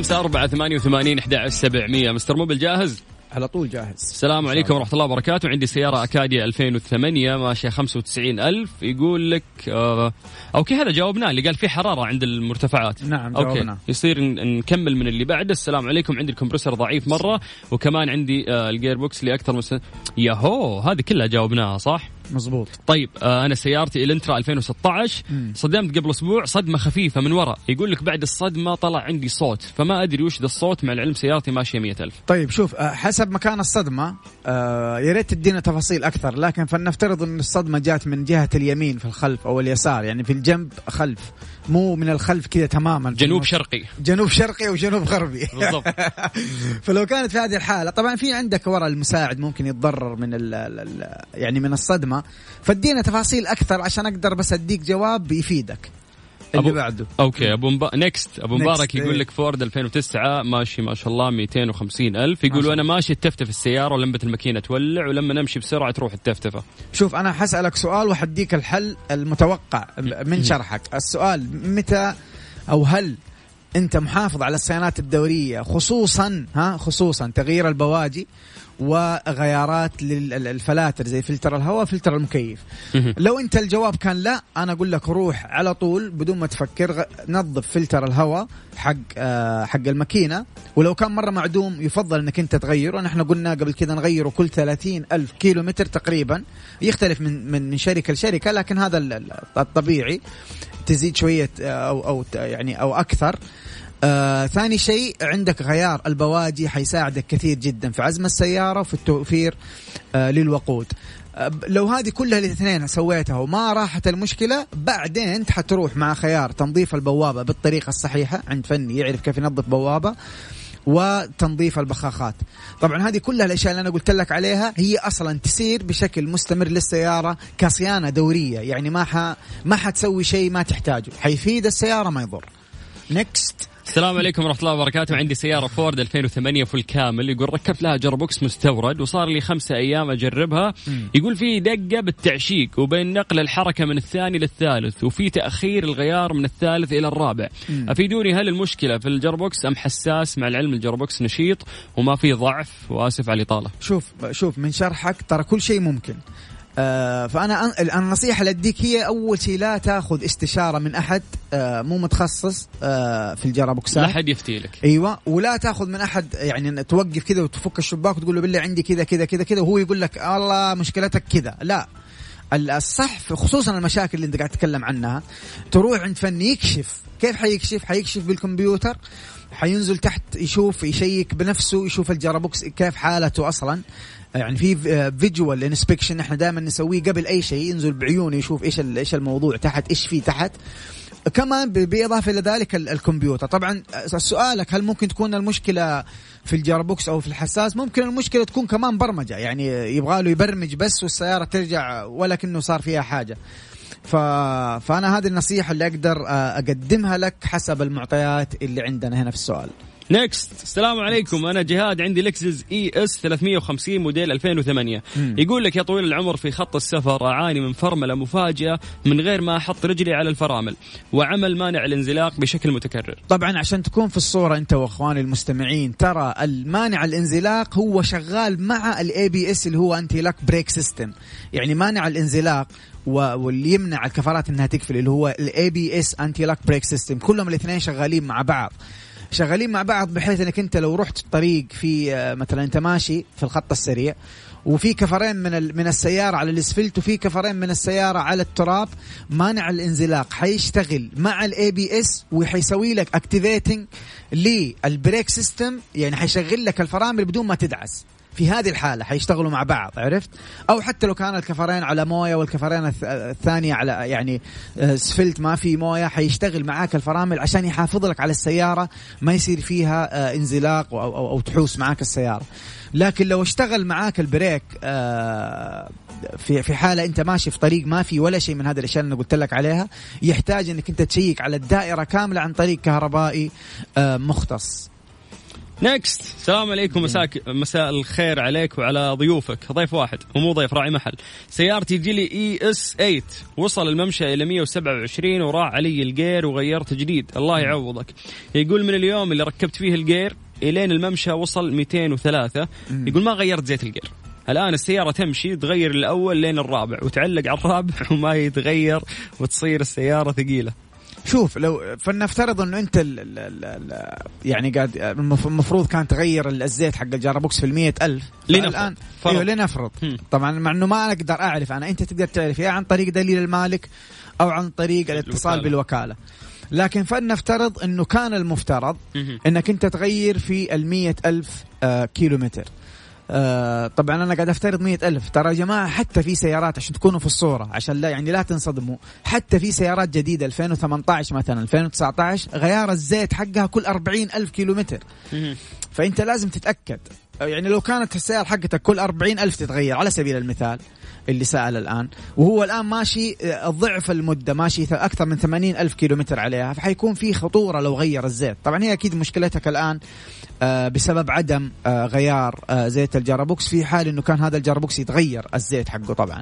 0548811700. مستر موبل جاهز؟ على طول جاهز. السلام عليكم ورحمة الله وبركاته. عندي سيارة أكاديا 2008 ماشية 95,000. يقول لك أوكي، هذا جاوبناه اللي قال فيه حرارة عند المرتفعات. نعم جاوبنا. أوكي، يصير نكمل من اللي بعده. السلام عليكم، عندي الكمبرسور ضعيف مرة وكمان عندي الجير بوكس لأكثر من ياهو، هذه كلها جاوبناها صح؟ مزبوط. طيب أنا سيارتي الانترا 2016 صدمت قبل أسبوع صدمة خفيفة من وراء. يقول لك بعد الصدمة طلع عندي صوت، فما أدري وش ذا الصوت، مع العلم سيارتي ماشية 100,000. طيب شوف، حسب مكان الصدمة يا ريت تدينا تفاصيل أكثر، لكن فلنفترض أن الصدمة جات من جهة اليمين في الخلف أو اليسار، يعني في الجنب خلف، مو من الخلف كذا تماما، جنوب شرقي وجنوب غربي بالضبط. فلو كانت في هذه الحالة طبعا في عندك وراء المساعد ممكن يتضرر من يعني من الصدمة، فادينا تفاصيل أكثر عشان أقدر بس أديك جواب يفيدك. اللي بعده اوكي ابو مبارك يقول لك فورد 2009 ماشي ما شاء الله 250,000. يقول وانا ماشي التفتف السياره ولمبه الماكينه تولع ولما نمشي بسرعه تروح التفتفه. شوف انا حسألك سؤال وحديك الحل المتوقع من شرحك. السؤال متى او هل انت محافظ على الصيانات الدوريه، خصوصا تغيير البواجي وغيارات للفلاتر زي فلتر الهواء فلتر المكيف. لو انت الجواب كان لا، انا اقول لك روح على طول بدون ما تفكر نظف فلتر الهواء حق الماكينة، ولو كان مرة معدوم يفضل انك انت تغيره. نحن قلنا قبل كذا نغيره كل 30,000 كيلومتر تقريبا، يختلف من شركة لشركة، لكن هذا الطبيعي. تزيد شوية أو أكثر. ثاني شيء عندك غيار البواجي حيساعدك كثير جدا في عزم السيارة وفي التوفير للوقود. لو هذه كلها الاثنين سويتها وما راحت المشكلة، بعدين حتروح مع خيار تنظيف البوابة بالطريقة الصحيحة عند فني يعرف كيف ينظف بوابة، وتنظيف البخاخات. طبعا هذه كلها الأشياء اللي أنا قلت لك عليها هي أصلا تسير بشكل مستمر للسيارة كصيانة دورية، يعني ما حتسوي شيء ما تحتاجه، حيفيد السيارة ما يضر. نيكست. السلام عليكم ورحمة الله وبركاته. عندي سيارة فورد 2008 فل كامل، يقول ركبت لها جربوكس مستورد وصار لي 5 أيام أجربها. يقول في دقة بالتعشيق وبين نقل الحركة من الثاني للثالث، وفي تأخير الغيار من الثالث إلى الرابع. أفيدوني، هل المشكلة في الجربوكس أم حساس؟ مع العلم الجربوكس نشيط وما في ضعف، وآسف على الإطالة. شوف من شرحك ترى كل شيء ممكن. فأنا النصيحة اللي أديك هي أول شيء لا تأخذ استشارة من أحد مو متخصص في الجرابوكسات، لا حد يفتي لك. أيوة، ولا تأخذ من أحد يعني توقف كذا وتفك الشباك وتقول له بالله عندي كذا كذا كذا كذا وهو يقول لك الله مشكلتك كذا. لا، الصح خصوصا المشاكل اللي أنت قاعد تتكلم عنها تروح عند فني يكشف. كيف حيكشف بالكمبيوتر، حينزل تحت يشوف يشيك بنفسه، يشوف الجرابوكس كيف حالته أصلا. يعني في فيجوال انسبكشن احنا دائما نسويه قبل اي شيء، ينزل بعيونه يشوف ايش الموضوع تحت، ايش فيه تحت. كمان باضافه الى ذلك الكمبيوتر. طبعا سؤالك هل ممكن تكون المشكله في الجرابوكس او في الحساس؟ ممكن المشكله تكون كمان برمجه، يعني يبغى له يبرمج بس والسياره ترجع ولكنه صار فيها حاجه. فانا هذه النصيحه اللي اقدر اقدمها لك حسب المعطيات اللي عندنا هنا في السؤال. نيكست. السلام عليكم، أنا جهاد، عندي لكزس ES 350 موديل 2008. يقول لك يا طويل العمر في خط السفر أعاني من فرملة مفاجئة من غير ما أحط رجلي على الفرامل وعمل مانع الانزلاق بشكل متكرر. طبعا عشان تكون في الصورة أنت وأخواني المستمعين، ترى المانع الانزلاق هو شغال مع ABS اللي هو أنتي لاك بريك سيستم، يعني مانع الانزلاق واللي يمنع الكفرات أنها تقفل اللي هو ABS أنتي لاك بريك سيستم، كلهم الاثنين شغالين مع بعض بحيث انك انت لو رحت الطريق في مثلا انت ماشي في الخط السريع وفي كفرين من السيارة على الاسفلت وفي كفرين من السيارة على التراب، مانع الانزلاق حيشتغل مع ABS وحيسوي لك اكتيفيتنج للبريك سيستم، يعني حيشغل لك الفرامل بدون ما تدعس. في هذه الحالة حيشتغلوا مع بعض، عرفت؟ أو حتى لو كان الكفرين على موية والكفرين الثانية على يعني سفلت ما في موية، حيشتغل معاك الفرامل عشان يحافظ لك على السيارة ما يصير فيها انزلاق أو تحوس معاك السيارة. لكن لو اشتغل معاك البريك في حالة أنت ماشي في طريق ما في ولا شيء من هذه الأشياء اللي قلت لك عليها، يحتاج أنك أنت تشيك على الدائرة كاملة عن طريق كهربائي مختص. نيكست. السلام عليكم، مساء الخير عليك وعلى ضيوفك. ضيف واحد ومو ضيف، راعي محل. سيارتي جيلي ES8 وصل الممشى إلى 127 وراح علي الجير وغيرت جديد، الله يعوضك. يقول من اليوم اللي ركبت فيه الجير إلين الممشى وصل 203. يقول ما غيرت زيت الجير. الآن السيارة تمشي تغير الأول لين الرابع وتعلق على الرابع وما يتغير وتصير السيارة ثقيلة. شوف، لو فلنفترض انه انت يعني قاعد المفروض كان تغير الزيت حق الجرابوكس في 100,000 الان. ايوه لنفرض. طبعا مع انه ما اقدر اعرف انا، انت تقدر تعرف يا عن طريق دليل المالك او عن طريق الاتصال بالوكالة. لكن فلنفترض انه كان المفترض انك انت تغير في 100,000 كيلومتر. طبعا أنا قاعد أفترض 100,000. ترى يا جماعة حتى في سيارات عشان تكونوا في الصورة، عشان لا يعني لا تنصدموا، حتى في سيارات جديدة 2018 مثلا 2019 غيار الزيت حقها كل 40,000 كيلومتر. فأنت لازم تتأكد، يعني لو كانت السيارة حقتك كل 40,000 تتغير على سبيل المثال اللي سأل الآن، وهو الآن ماشي الضعف المدة، ماشي أكثر من 80,000 كيلومتر عليها، فحيكون في خطورة لو غير الزيت. طبعا هي أكيد مشكلتك الآن بسبب عدم غيار زيت الجرابوكس، في حال إنه كان هذا الجرابوكس يتغير الزيت حقه طبعا.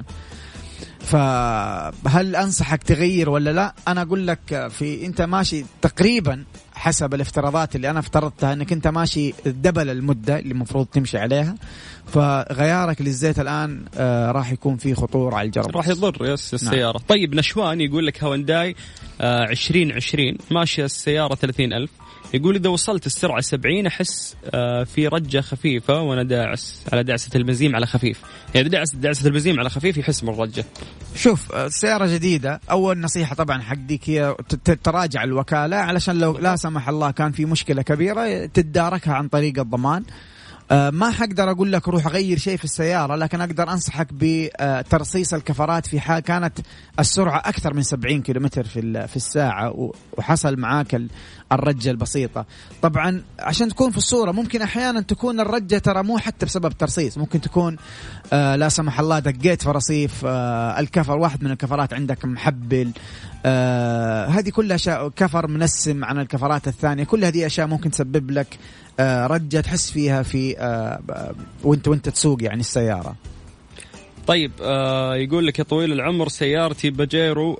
فهل أنصحك تغير ولا لا؟ أنا أقول لك أنت ماشي تقريبا حسب الافتراضات اللي أنا افترضتها أنك أنت ماشي دبل المدة اللي المفروض تمشي عليها، فغيارك للزيت الآن راح يكون فيه خطورة على الجرابوكس، راح يضر السيارة. نعم. طيب نشوان يقول لك هونداي 2020 ماشية السيارة 30,000. يقول إذا وصلت السرعة 70 أحس في رجة خفيفة وأنا داعس على دعسة البنزين على خفيف، يعني دعسة البنزين على خفيف يحس بالرجة. شوف، السيارة جديدة، أول نصيحة طبعا حقك هي تراجع الوكالة علشان لو لا سمح الله كان في مشكلة كبيرة تتداركها عن طريق الضمان. ما حقدر أقول لك روح غير شيء في السيارة، لكن أقدر أنصحك بترصيص الكفرات في حال كانت السرعة أكثر من 70 كيلومتر في الساعة وحصل معاك الرجة البسيطة. طبعا عشان تكون في الصورة ممكن أحيانا تكون الرجة ترى مو حتى بسبب ترصيص، ممكن تكون لا سمح الله دقيت في رصيف، الكفر واحد من الكفرات عندك محبل، هذه كلها أشياء، كفر منسم عن الكفرات الثانية، كل هذه أشياء ممكن تسبب لك رجة تحس فيها في وانت تسوق يعني السيارة. طيب يقول لك يا طويل العمر سيارتي باجيرو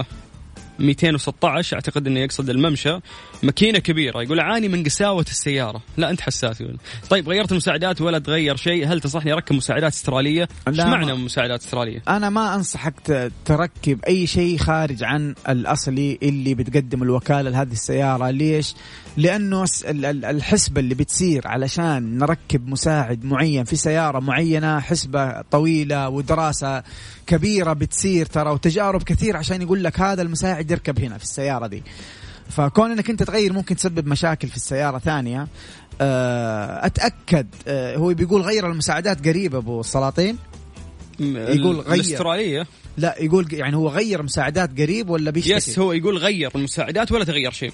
216 اعتقد انه يقصد الممشى، ماكينه كبيره، يقول عاني من قساوه السياره. لا انت حساس. يقول طيب غيرت المساعدات ولا تغير شيء، هل تنصحني اركب مساعدات استراليه؟ ايش معنى مساعدات استراليه؟ انا ما انصحك تركب اي شيء خارج عن الاصلي اللي بتقدم الوكاله لهذه السياره. ليش؟ لانه الحسبه اللي بتصير علشان نركب مساعد معين في سياره معينه حسبه طويله ودراسه كبيره بتصير ترى، وتجارب كثير عشان يقول لك هذا المساعد يركب هنا في السياره دي. فكون انك انت تغير ممكن تسبب مشاكل في السياره ثانيه. اتاكد هو بيقول غير المساعدات قريبه ابو السلاطين، يقول غير الاستراليه. لا يقول يعني هو غير مساعدات قريب ولا بيشتكي؟ يس هو يقول غير المساعدات ولا تغير شيء.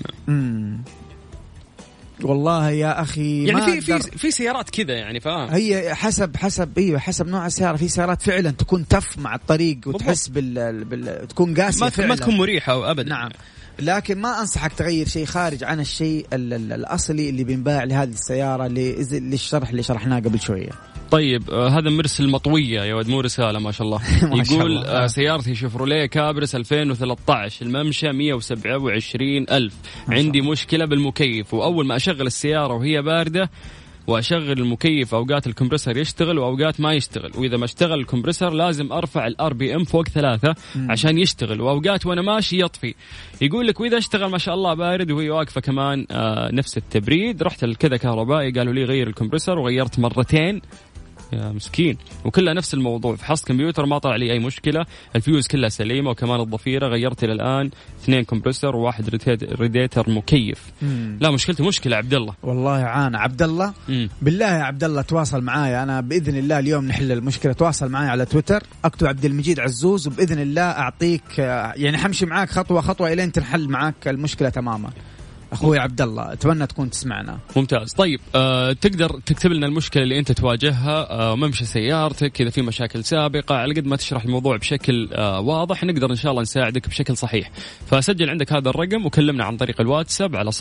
والله يا أخي يعني في سيارات كذا يعني فاهم، هي حسب نوع السيارة. في سيارات فعلا تكون تف مع الطريق وتحس تكون قاسية ما تكون مريحة أبدا. نعم، لكن ما أنصحك تغير شيء خارج عن الشيء الأصلي اللي بينباع لهذه السيارة للشرح اللي شرحناه قبل شوية. طيب هذا مرسل مطوية يا ود، مو رسالة ما شاء الله. يقول سيارتي شيفروليه كابرس 2013 الممشى 127,000. عندي مشكلة بالمكيف، وأول ما أشغل السيارة وهي باردة وأشغل المكيف أوقات الكمبرسر يشتغل وأوقات ما يشتغل، وإذا ما اشتغل الكمبرسر لازم أرفع الRPM فوق 3 عشان يشتغل، وأوقات وأنا ماشي يطفي. يقول لك وإذا اشتغل ما شاء الله بارد وهي واقفة كمان نفس التبريد. رحت لكذا كهربائي قالوا لي غير الكمبرسر، وغيرت مرتين يا مسكين وكلها نفس الموضوع. فحصت كمبيوتر ما طلع لي أي مشكلة، الفيوز كلها سليمة، وكمان الضفيرة غيرت إلى الآن 2 كمبرسر و1 ريديتر مكيف. لا مشكلتي مشكلة عبد الله. والله عانى عبد الله. بالله يا عبد الله تواصل معايا، أنا بإذن الله اليوم نحل المشكلة. تواصل معايا على تويتر، أكتب عبد المجيد عزوز، وبإذن الله أعطيك يعني حمشي معاك خطوة خطوة إلين تنحل معاك المشكلة تماما. أخوي عبد الله أتمنى تكون تسمعنا. ممتاز. طيب تقدر تكتب لنا المشكلة اللي أنت تواجهها، ممشى سيارتك إذا في مشاكل سابقة، على قد ما تشرح الموضوع بشكل واضح نقدر إن شاء الله نساعدك بشكل صحيح. فسجل عندك هذا الرقم وكلمنا عن طريق الواتساب على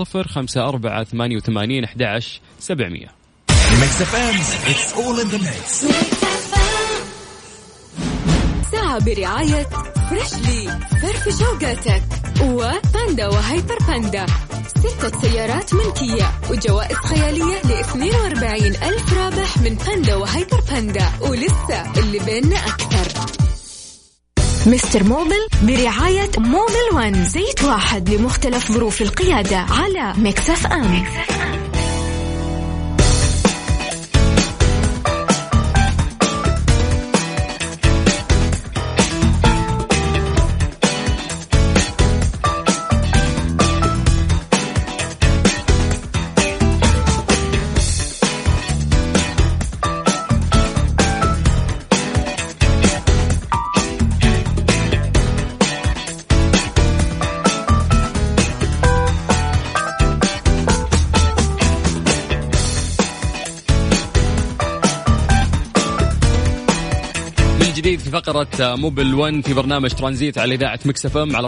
0548811700. ساعة برعاية فريشلي فرف شوقاتك وباندا وهايبر باندا، 6 سيارات ملكية وجوائز خيالية ل42 ألف رابح من باندا وهايبر باندا، ولسه اللي بيننا أكثر. مستر موبل برعاية موبل 1، زيت واحد لمختلف ظروف القيادة على ميكس اف ام. جديد في فقرة موبل 1 في برنامج ترانزيت على إذاعة ميكس اف ام على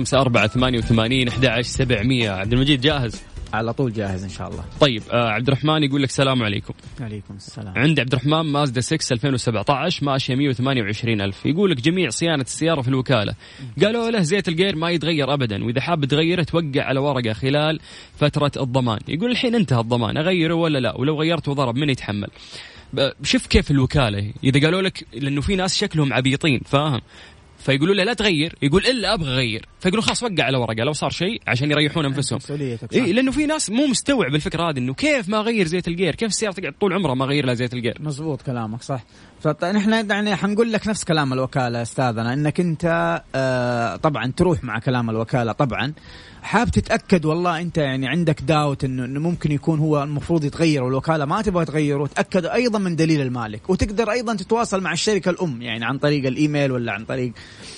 0548811700. عبد المجيد جاهز؟ على طول جاهز إن شاء الله. طيب عبد الرحمن يقول لك السلام عليكم. عليكم السلام. عند عبد الرحمن مازدا 6 2017 ماشية 128,000. يقول لك جميع صيانة السيارة في الوكالة، قالوا له زيت الجير ما يتغير أبدا، وإذا حاب تغيره توقع على ورقة خلال فترة الضمان. يقول الحين انتهى الضمان، أغيره ولا لا؟ ولو غيرته ضرب من يتحمل؟ شوف كيف الوكالة إذا قالوا لك، لأنه في ناس شكلهم عبيطين فاهم، فيقولوا له لا تغير، يقول إلا أبغى أغير، فيقولوا خلاص وقع على ورقة لو صار شيء عشان يريحون أنفسهم. إيه لأنه في ناس مو مستوعب الفكرة هذه، إنه كيف ما أغير زيت الجير، كيف السيارة تقعد طول عمرها ما أغير لها زيت الجير. مزبوط كلامك صح. فنحن يعني حنقول لك نفس كلام الوكالة أستاذنا، إنك أنت طبعا تروح مع كلام الوكالة، طبعا حاب تتأكد والله أنت يعني عندك داوت إنه ممكن يكون هو المفروض يتغير والوكالة ما تبغى تغيره، تأكد أيضا من دليل المالك، وتقدر أيضا تتواصل مع الشركة الأم يعني عن طريق الإيميل ولا عن طريق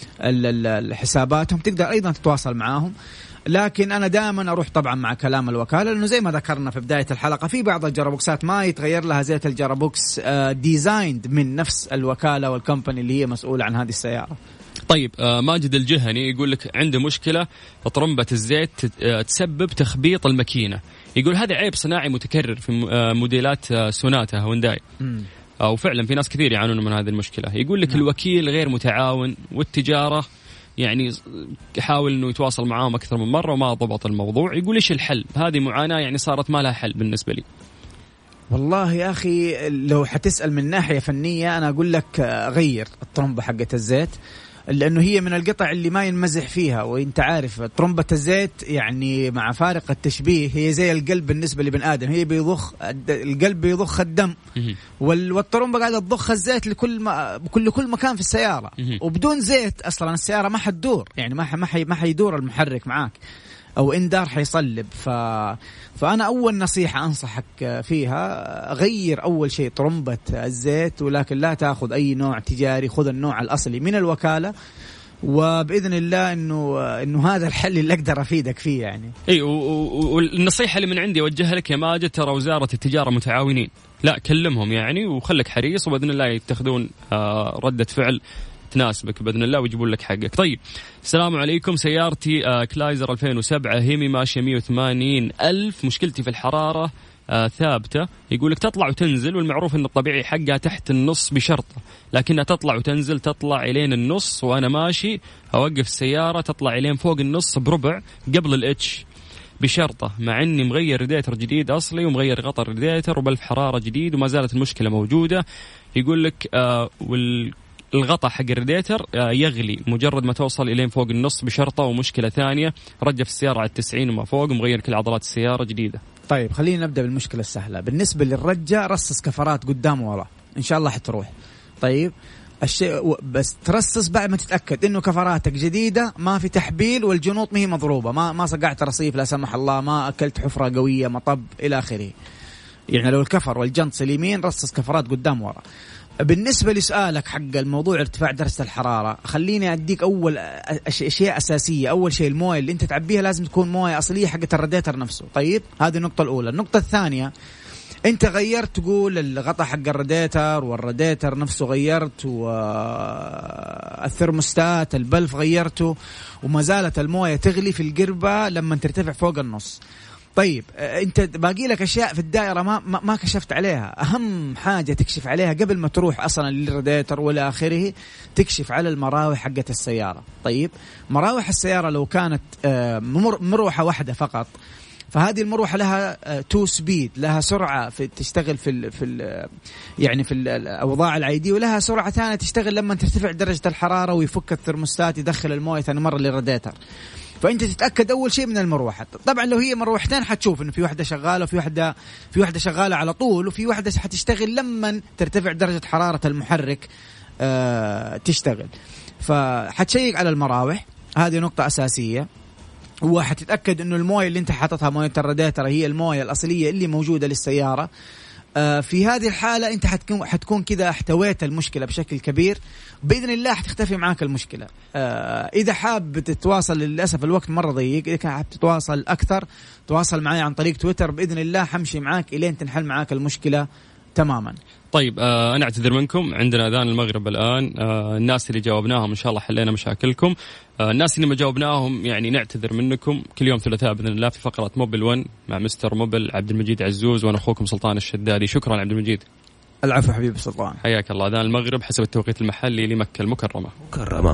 حساباتهم، تقدر أيضا تتواصل معاهم. لكن أنا دائما أروح طبعا مع كلام الوكالة، لأنه زي ما ذكرنا في بداية الحلقة في بعض الجرابوكسات ما يتغير لها زيت الجرابوكس ديزايند من نفس الوكالة والكمباني اللي هي مسؤولة عن هذه السيارة. طيب ماجد الجهني يقول لك عنده مشكلة طرمبة الزيت تسبب تخبيط الماكينة، يقول هذا عيب صناعي متكرر في موديلات سوناتا هونداي، وفعلا في ناس كثير يعانون من هذه المشكلة. يقول لك الوكيل غير متعاون، والتجارة يعني حاول انه يتواصل معاهم اكثر من مرة وما ضبط الموضوع. يقول ايش الحل؟ هذه معاناة يعني صارت ما لها حل بالنسبة لي. والله يا أخي لو حتسأل من ناحية فنية أنا أقول لك غير الطرمبة حقة الزيت، لأنه هي من القطع اللي ما ينمزح فيها، وإنت عارف طرمبة الزيت يعني مع فارق التشبيه هي زي القلب بالنسبة لبن آدم، هي بيضخ القلب بيضخ الدم، والطرمبة قاعدة تضخ الزيت كل مكان في السيارة، وبدون زيت أصلا السيارة ما حتدور، يعني ما حيدور المحرك معاك، أو إن دار حيصلب. فأنا أول نصيحة أنصحك فيها غير أول شيء طرمبة الزيت، ولكن لا تأخذ أي نوع تجاري، خذ النوع الأصلي من الوكالة، وبإذن الله إنه هذا الحل اللي أقدر أفيدك فيه يعني. إيه والنصيحة اللي من عندي أوجهها لك يا ماجد، ترى وزارة التجارة متعاونين، لا كلمهم يعني وخلك حريص، وبإذن الله يتخذون ردة فعل تناسبك بإذن الله ويجيبون لك حقك. طيب السلام عليكم، سيارتي كلايزر 2007 هيمي ماشية 180,000، مشكلتي في الحرارة ثابتة، يقول لك تطلع وتنزل، والمعروف أن الطبيعي حقها تحت النص بشرطة، لكنها تطلع وتنزل، تطلع إلين النص وأنا ماشي أوقف السيارة تطلع إلين فوق النص بربع قبل الاتش بشرطة، مع أني مغير راديتر جديد أصلي ومغير غطا الراديتر وبلف حرارة جديد وما زالت المشكلة موجودة. يقول لك الغطاء حق الراديتر يغلي مجرد ما توصل إلين فوق النص بشرطة. ومشكلة ثانية رجف السيارة على 90 وما فوق ومغير كل عضلات السيارة جديدة. طيب خلينا نبدأ بالمشكلة السهلة. بالنسبة للرجة رصص كفرات قدام ورا إن شاء الله حتروح. طيب الشيء بس ترصص بعد ما تتأكد إنه كفراتك جديدة، ما في تحبيل والجنوط ما هي مضروبة، ما صقعت رصيف لا سمح الله، ما أكلت حفرة قوية مطب إلى آخره. يعني لو الكفر والجنط اليمين رصص كفرات قدام ورا. بالنسبة لسؤالك حق الموضوع ارتفاع درجة الحرارة، خليني أديك أول أشياء أساسية. أول شيء الموية اللي أنت تعبيها لازم تكون موية أصلية حقة الراديتر نفسه. طيب هذه النقطة الأولى. النقطة الثانية، أنت غيرت تقول الغطاء حق الراديتر والراديتر نفسه غيرت، والثرموستات البلف غيرته، وما زالت الموية تغلي في القربة لما ترتفع فوق النص. طيب انت باقي لك اشياء في الدائره ما كشفت عليها. اهم حاجه تكشف عليها قبل ما تروح اصلا للراديتر ولا اخره، تكشف على المراوح حقه السياره. طيب مراوح السياره لو كانت مروحه واحده فقط، فهذه المروحه لها 2 سبيد، لها سرعه في تشتغل في يعني في الاوضاع العاديه، ولها سرعه ثانيه تشتغل لما ترتفع درجه الحراره ويفك الثرموستات يدخل المويه ثاني مره للراديتر. فأنت تتأكد أول شيء من المروحة. طبعا لو هي مروحتين حتشوف إنه في واحدة شغالة وفي واحدة شغالة على طول، وفي واحدة حتشتغل لما ترتفع درجة حرارة المحرك تشتغل. فحتشيك على المراوح، هذه نقطة أساسية. وحتتأكد إنه الموية اللي أنت حاططها موية الراديتر هي الموية الأصلية اللي موجودة للسيارة. في هذه الحالة أنت حتكون كذا احتويت المشكلة بشكل كبير، بإذن الله حتختفي معاك المشكلة. إذا حاب تتواصل، للأسف الوقت مرة ضيق، إذا حاب تتواصل أكثر تواصل معي عن طريق تويتر، بإذن الله حمشي معاك إلين تنحل معاك المشكلة تماما. طيب أنا أعتذر منكم، عندنا أذان المغرب الآن. الناس اللي جاوبناهم إن شاء الله حلينا مشاكلكم. الناس اللي ما جاوبناهم يعني نعتذر منكم. كل يوم ثلاثاء بإذن الله في فقرة موبل 1 مع مستر موبل عبد المجيد عزوز، وأنا أخوكم سلطان الشدادي. شكرا عبد المجيد. العفو حبيبي سلطان، حياك الله. أذان المغرب حسب التوقيت المحلي لمكة المكرمة.